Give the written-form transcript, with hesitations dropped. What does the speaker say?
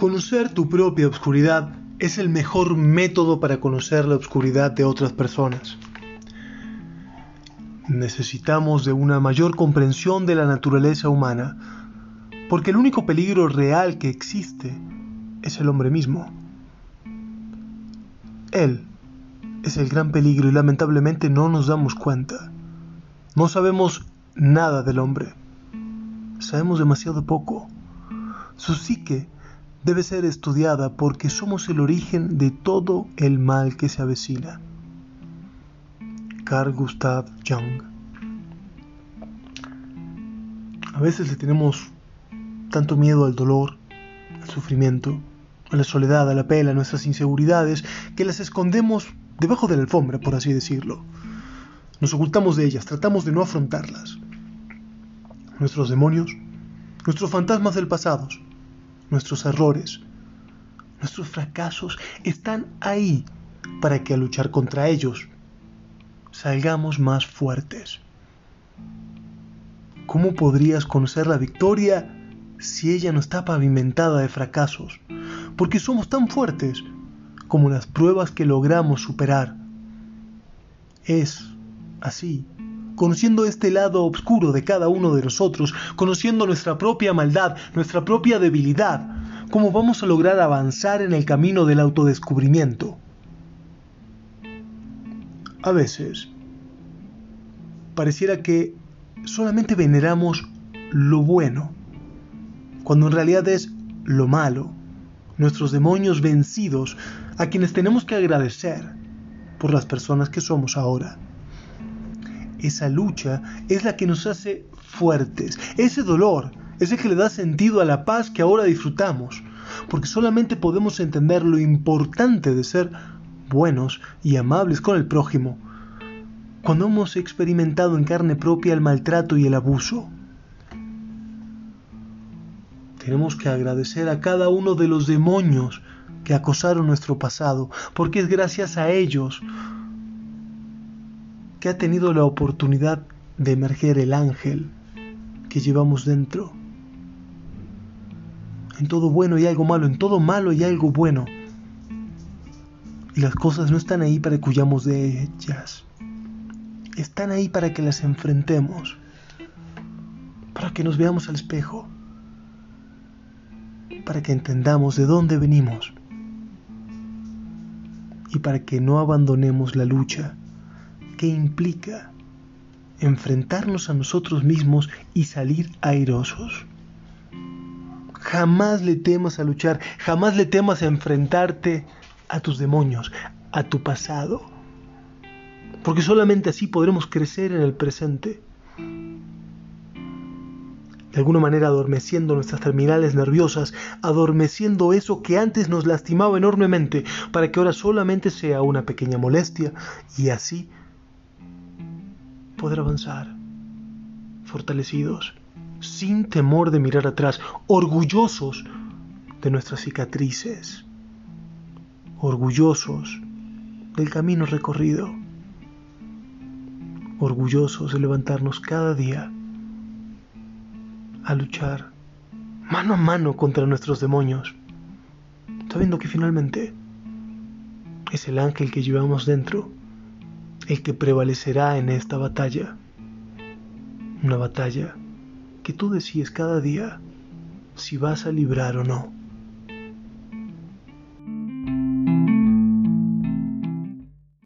Conocer tu propia oscuridad es el mejor método para conocer la oscuridad de otras personas. Necesitamos de una mayor comprensión de la naturaleza humana, porque el único peligro real que existe es el hombre mismo. Él es el gran peligro y lamentablemente no nos damos cuenta. No sabemos nada del hombre. Sabemos demasiado poco. Su psique debe ser estudiada porque somos el origen de todo el mal que se avecina. Carl Gustav Jung. A veces le tenemos tanto miedo al dolor, al sufrimiento, a la soledad, a la pena, a nuestras inseguridades, que las escondemos debajo de la alfombra, por así decirlo. Nos ocultamos de ellas, tratamos de no afrontarlas. Nuestros demonios, nuestros fantasmas del pasado, nuestros errores, nuestros fracasos están ahí para que al luchar contra ellos salgamos más fuertes. ¿Cómo podrías conocer la victoria si ella no está pavimentada de fracasos? Porque somos tan fuertes como las pruebas que logramos superar. Es así, conociendo este lado oscuro de cada uno de nosotros, conociendo nuestra propia maldad, nuestra propia debilidad, cómo vamos a lograr avanzar en el camino del autodescubrimiento. A veces, pareciera que solamente veneramos lo bueno, cuando en realidad es lo malo, nuestros demonios vencidos, a quienes tenemos que agradecer por las personas que somos ahora. Esa lucha es la que nos hace fuertes. Ese dolor es el que le da sentido a la paz que ahora disfrutamos, porque solamente podemos entender lo importante de ser buenos y amables con el prójimo cuando hemos experimentado en carne propia el maltrato y el abuso. Tenemos que agradecer a cada uno de los demonios que acosaron nuestro pasado, porque es gracias a ellos que ha tenido la oportunidad de emerger el ángel que llevamos dentro. En todo bueno hay algo malo, en todo malo hay algo bueno. Y las cosas no están ahí para que huyamos de ellas. Están ahí para que las enfrentemos, para que nos veamos al espejo, para que entendamos de dónde venimos y para que no abandonemos la lucha que implica enfrentarnos a nosotros mismos y salir airosos. Jamás le temas a luchar, jamás le temas a enfrentarte a tus demonios, a tu pasado, porque solamente así podremos crecer en el presente. De alguna manera adormeciendo nuestras terminales nerviosas, adormeciendo eso que antes nos lastimaba enormemente, para que ahora solamente sea una pequeña molestia, y así poder avanzar, fortalecidos, sin temor de mirar atrás, orgullosos de nuestras cicatrices, orgullosos del camino recorrido, orgullosos de levantarnos cada día a luchar mano a mano contra nuestros demonios, sabiendo que finalmente es el ángel que llevamos dentro el que prevalecerá en esta batalla. Una batalla que tú decides cada día si vas a librar o no.